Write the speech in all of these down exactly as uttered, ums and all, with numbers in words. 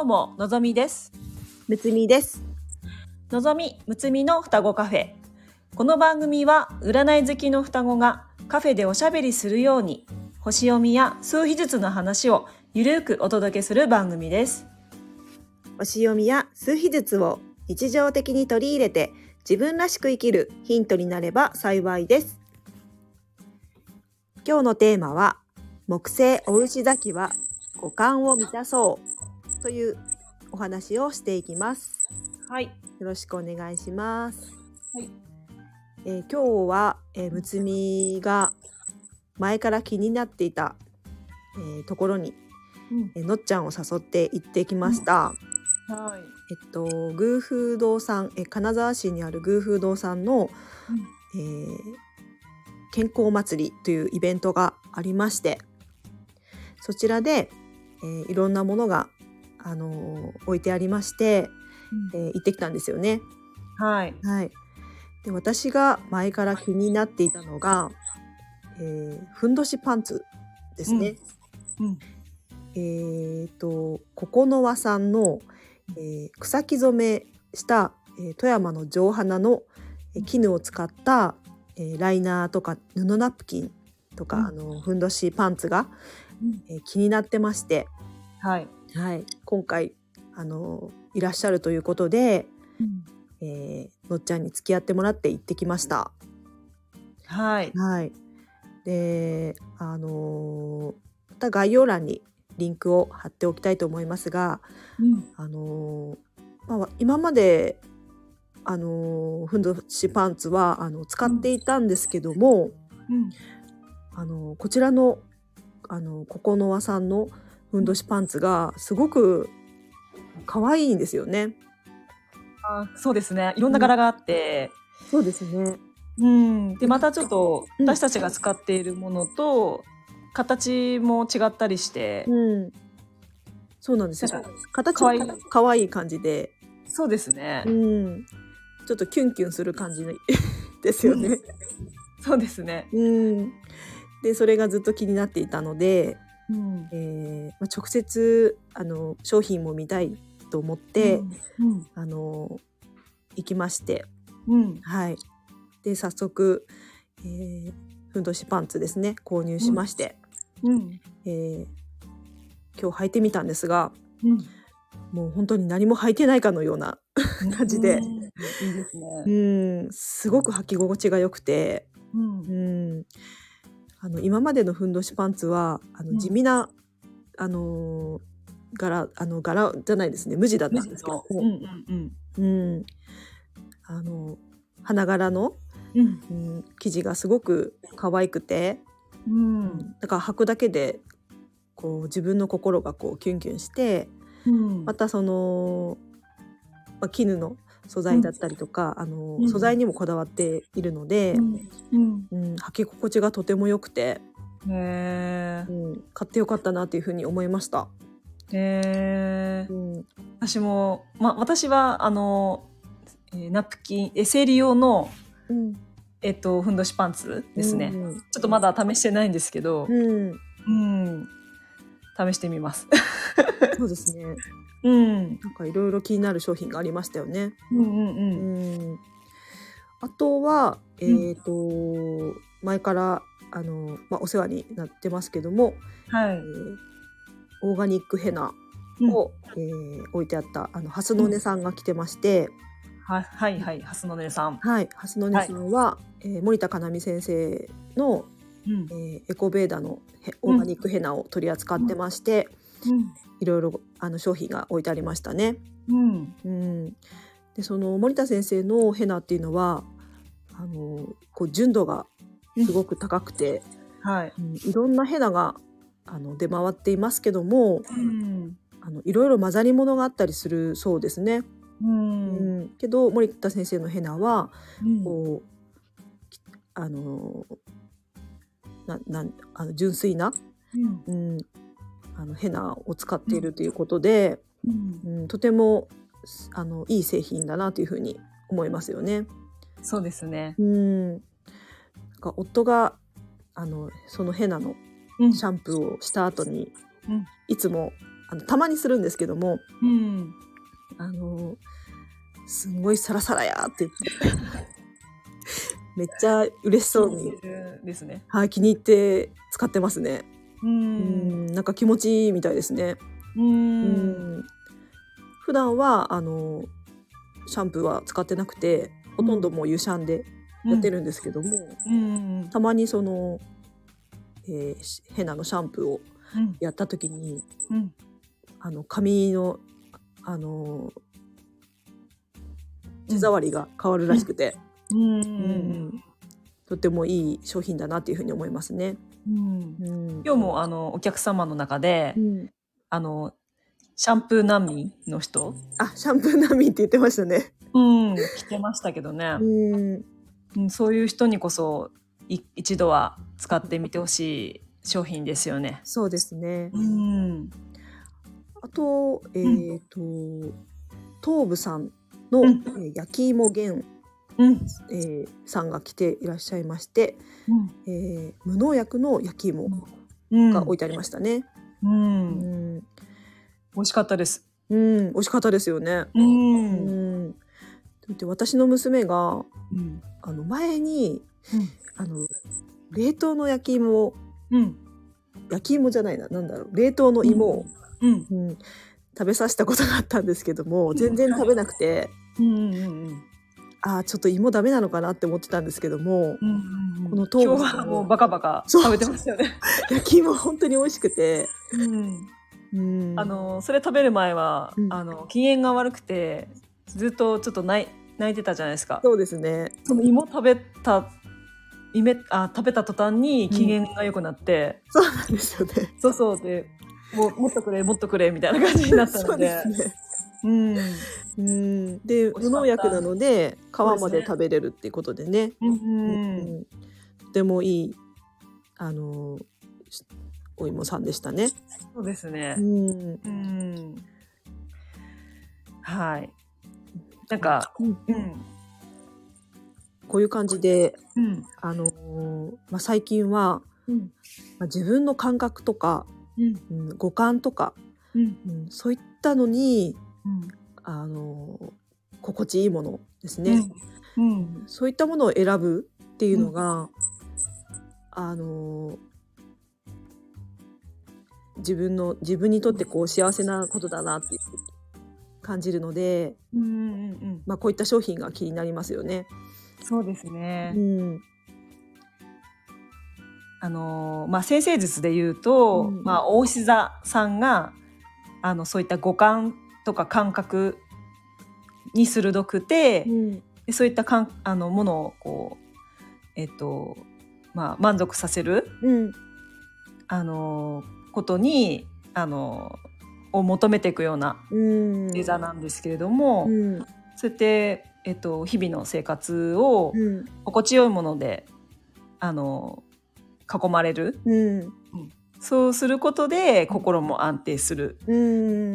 どうも、のぞみです。 むつみです。 のぞみ、むつみの双子カフェ。この番組は占い好きの双子がカフェでおしゃべりするように星読みや数秘術の話をゆるくお届けする番組です。 星読みや数秘術を日常的に取り入れて自分らしく生きるヒントになれば幸いです。今日のテーマは木星お牛座期は五感を満たそうというお話をしていきます。 はい。 よろしくお願いします。 はい。 えー、今日は、えー、むつみが前から気になっていた、えー、ところに、うんえー、のっちゃんを誘って行ってきました。 うん、はい。 えっと宮風堂さん、えー、金沢市にある宮風堂さんの、うんえー、健康祭りというイベントがありまして、そちらで、えー、いろんなものが、あのー、置いてありまして、うんえー、行ってきたんですよね。 はい、 はい、で私が前から気になっていたのが、えー、ふんどしパンツですね。うんうん、えーとここの輪さんの、えー、草木染めした、えー、富山の上花の、えー、絹を使った、えー、ライナーとか布ナプキンとか、うん、あのふんどしパンツが、うんえー、気になってまして、 はいはい、今回あのいらっしゃるということで、うんえー、のっちゃんに付き合ってもらって行ってきました。 はい、 はい、であのまた概要欄にリンクを貼っておきたいと思いますが、うん、あのまあ、今まであのふんどしパンツはあの使っていたんですけども、うん、あのこちらのあのここの輪さんのふんどしパンツがすごく可愛いんですよね。 あ、そうですね。いろんな柄があって、 うん、そうですね。 うん、でまたちょっと私たちが使っているものと形も違ったりして、 うん、そうなんですよ。形は可愛い感じで、 そうですね。 うん、ちょっとキュンキュンする感じですよね。 そうですね。 うん、でそれがずっと気になっていたので、うんえーまあ、直接あの商品も見たいと思って、うんうん、あの行きまして、うんはい、で早速、えー、ふんどしパンツですね購入しまして、うんうんえー、今日履いてみたんですが、うん、もう本当に何も履いてないかのような感じで、うん、いいですね。うん、すごく履き心地が良くて、うんうん、あの今までのふんどしパンツはあの地味な、うん、あのー、柄あの柄じゃないですね、無地だったんですけど、うんうんうんうん、あの花柄の、うんうん、生地がすごく可愛くて、うん、だから履くだけでこう自分の心がこうキュンキュンして、うん、またその、まあ、絹の素材だったりとか、うん、あの、うん、素材にもこだわっているので、うんうん、履き心地がとても良くて、へー、うん、買ってよかったなというふうに思いました。 へー、うん、私も、ま、私はあの、えー、ナプキンえ生理用の、うんえっと、ふんどしパンツですね、うん、ちょっとまだ試してないんですけど、うんうん、試してみますそうですね、うん、なんかいろいろ気になる商品がありましたよね。うんうんうんうん、あとは、えーとうん、前からあの、まあ、お世話になってますけども、はいえー、オーガニックヘナを、うんえー、置いてあったあの蓮の根さんが来てまして、 うん、ははいはい蓮の根さんはい蓮の根さんは、はいえー、森田かなみ先生の、うんえー、エコベーダのオーガニックヘナを取り扱ってまして、うん、いろいろあの商品が置いてありましたね。うんうん、でその森田先生のヘナっていうのはあのこう純度がすごく高くて、うんはいうん、いろんなヘナがあの出回っていますけども、うん、あのいろいろ混ざり物があったりするそうですね。うんうん、けど森田先生のヘナは、うん、こうあのななんあの純粋な、うんうん、あのヘナを使っているということで、うんうん、とてもあのいい製品だなというふうに思いますよね。 そうですね。 うん、なんか夫があのそのヘナのシャンプーをした後に、うん、いつもあのたまにするんですけども、 うん、 あのすんごいサラサラやって言ってめっちゃ嬉しそうにですね。 はい、気に入って使ってますね。 うん、 なんか気持ちいいみたいですね。 うん、 普段はあのシャンプーは使ってなくて、ほとんどもう湯シャンでやってるんですけども、 うんうん、 たまにその、えー、ヘナのシャンプーをやった時に、うん、あの髪のあの手触りが変わるらしくて、うんうんうん、とてもいい商品だなっていうふうに思いますね。 うんうん、今日もあのお客様の中で、うん、あのシャンプー難民の人、 あ、シャンプー難民って言ってましたね。 うん、来てましたけどね。うんうん、そういう人にこそ一度は使ってみてほしい商品ですよね。 そうですね。 うん、 あと、えーと、うん、東武さんの、うん、焼き芋源、うんえー、さんが来ていらっしゃいまして、うんえー、無農薬の焼き芋が置いてありましたね。うん、 うん、美味しかったです。 うん、美味しかったですよね。うん、うん、で私の娘が、うん、あの前に、うん、あの冷凍の焼き芋を、うん、焼き芋じゃないな、なんだろう、冷凍の芋を、うんうん、食べさせたことがあったんですけども、全然食べなくて、うんうんうん、あ、ちょっと芋ダメなのかなって思ってたんですけども、うんうんうん、この東武さんもバカバカ食べてましたよね。 焼き芋本当に美味しくて、 うんうん、あのそれ食べる前は、うん、あの機嫌が悪くてずっとちょっと泣い、泣いてたじゃないですか。 そうですね。 その芋食べたあ食べた途端に機嫌が良くなって、 うん、そうなんですよね。 そうそうでもうもっとくれもっとくれみたいな感じになったので。そうですね。 うんうん、で無農薬なので皮まで食べれるっていうことでね、うんうんうん、とてもいいあのお芋さんでしたね。 そうですね。うんうん、はい。なんか、うんうん、 こういう感じで、うん、あのーまあ、最近は、うんまあ、自分の感覚とか、うんうん、五感とか、うんうん、そういったのに、うん、あのー、心地いいものですね、うんうん、そういったものを選ぶっていうのが、うん、あのー、自分の自分にとってこう幸せなことだなって感じるので、うんうんうんまあ、こういった商品が気になりますよね。 そうですね。うん、あのまあ、先生術で言うと、うんまあ、牡牛座さんがあのそういった五感とか感覚に鋭くて、うん、でそういったかんあのものをこう、えっとまあ、満足させる、うん、あのことにあのを求めていくような星座なんですけれども、うん、そうやって、えっと、日々の生活を心地よいもので、うん、あの囲まれる、うんうん、そうすることで心も安定する、うん、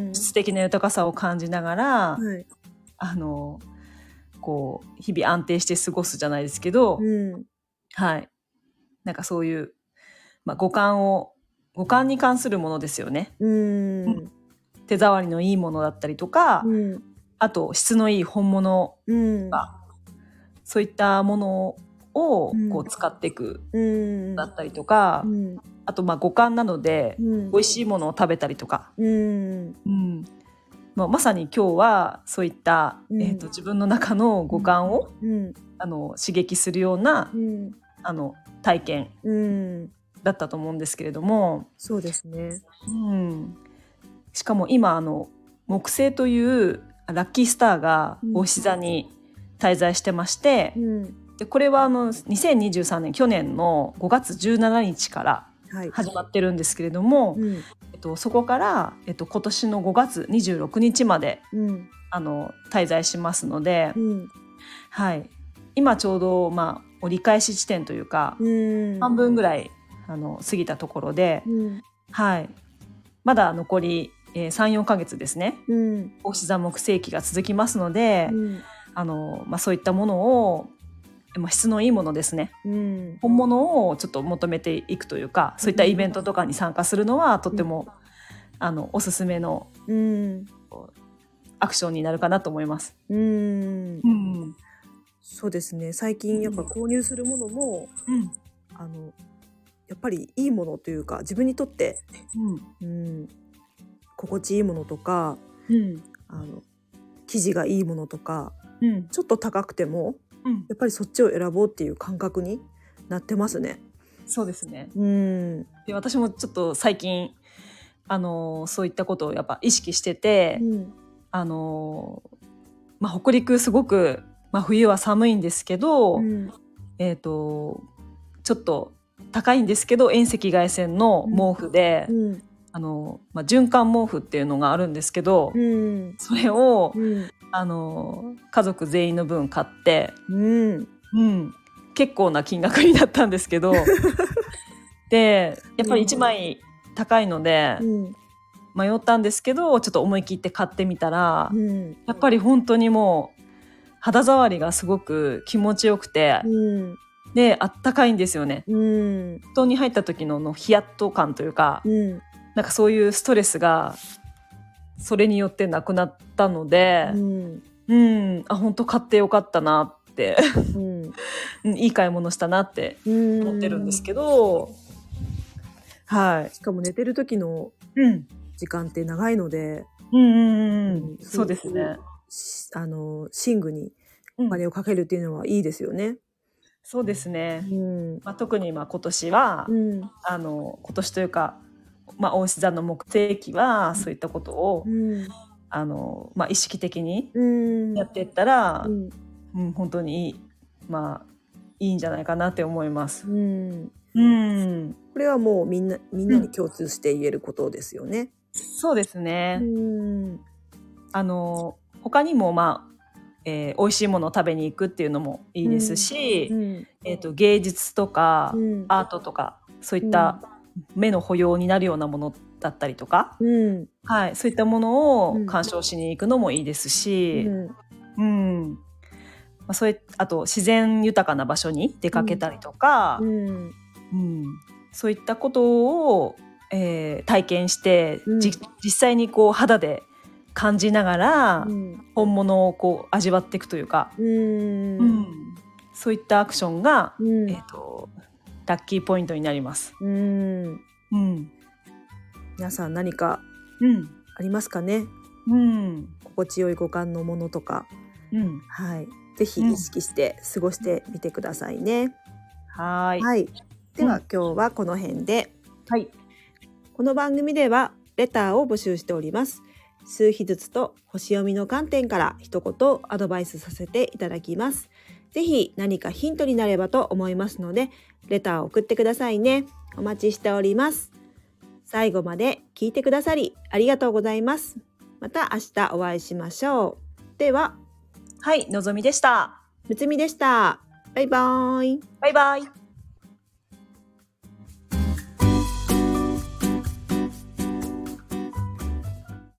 質的な豊かさを感じながら、はい、あのこう日々安定して過ごすじゃないですけど、うん、はい、なんかそういう、まあ、五感を五感に関するものですよね。うん、手触りのいいものだったりとか、うん、あと質のいい本物が、うん、そういったものをこう使っていくだったりとか、うん、あとまあ五感なので、うん、美味しいものを食べたりとか、うんうんまあ、まさに今日はそういった、うんえーと、自分の中の五感を、うん、あの刺激するような、うん、あの体験、うんだったと思うんですけれども、 そうですね、 うん、しかも今あの木星というラッキースターが牡牛座に滞在してまして、うん、でこれはあのにせんにじゅうさんねん去年のごがつじゅうしちにちから始まってるんですけれども、はいうんえっと、そこから、えっと、今年のごがつにじゅうろくにちまで、うん、あの滞在しますので、うんはい、今ちょうど、まあ、折り返し地点というか、うん、半分ぐらいあの過ぎたところで、うんはい、まだ残り、えー、さん、よんかげつですね、うん、牡牛座木星期が続きますので、うんあのまあ、そういったものを、まあ、質のいいものですね、うん、本物をちょっと求めていくというか、そういったイベントとかに参加するのはとっても、 あのおすすめの、 うん、 アクションになるかなと思います。 うん、うん、そうですね。最近やっぱ購入するものも、うん、あのやっぱりいいものというか自分にとって、うんうん、心地いいものとか、うん、あの生地がいいものとか、うん、ちょっと高くても、うん、やっぱりそっちを選ぼうっていう感覚になってますね。 そうですね、 うん、 で私もちょっと最近あのそういったことをやっぱ意識してて、うん、あのまあ、北陸すごく、まあ、冬は寒いんですけど、うん、えーと、ちょっと高いんですけど遠赤外線の毛布で、うんうん、あのまあ、循環毛布っていうのがあるんですけど、うん、それを、うん、あの家族全員の分買って、うんうん、結構な金額になったんですけどでやっぱりいちまい高いので、うん、迷ったんですけどちょっと思い切って買ってみたら、うん、やっぱり本当にもう肌触りがすごく気持ちよくて、うん、であったかいんですよね、うん、布団に入った時 の, のヒヤッと感というか、うん、なんかそういうストレスがそれによってなくなったので、うんうん、あ本当買ってよかったなって、うん、いい買い物したなって思ってるんですけど、はい、 しかも寝てる時の時間って長いので、 うんうんうんうん、そうですね、 あの寝具にお金をかけるっていうのはいいですよね、うん、 そうですね、うんまあ、特にまあ今年は、うん、あの今年というか、まあ、大石座の目的はそういったことを、うんあのまあ、意識的にやっていったら、うんうん、本当にいい、まあ、いいんじゃないかなって思います、うんうん、これはもうみんなみんなに共通して言えることですよね、 うん、そうですね、うん、あの他にもまあえー、美味しいものを食べに行くっていうのもいいですし、うんうんえーと、芸術とか、うん、アートとかそういった目の保養になるようなものだったりとか、うんはい、そういったものを鑑賞しに行くのもいいですし、うんうんまあ、そういうあと自然豊かな場所に出かけたりとか、うんうん、そういったことを、えー、体験して、うん、実際にこう肌で感じながら、うん、本物をこう味わっていくというか、うんうん、そういったアクションが、うんえーと、ラッキーポイントになります、うんうん、皆さん何かありますかね、うん、心地よい五感のものとか、うんはい、ぜひ意識して過ごしてみてくださいね、うん、はい、はい、では、うん、今日はこの辺で、はい、この番組ではレターを募集しております。数日ずつと星読みの観点から一言アドバイスさせていただきます。ぜひ何かヒントになればと思いますので、レターを送ってくださいね。お待ちしております。最後まで聞いてくださりありがとうございます。また明日お会いしましょう。では、 はい、のぞみでした。 むつみでした。バイバーイ。 バイバイ。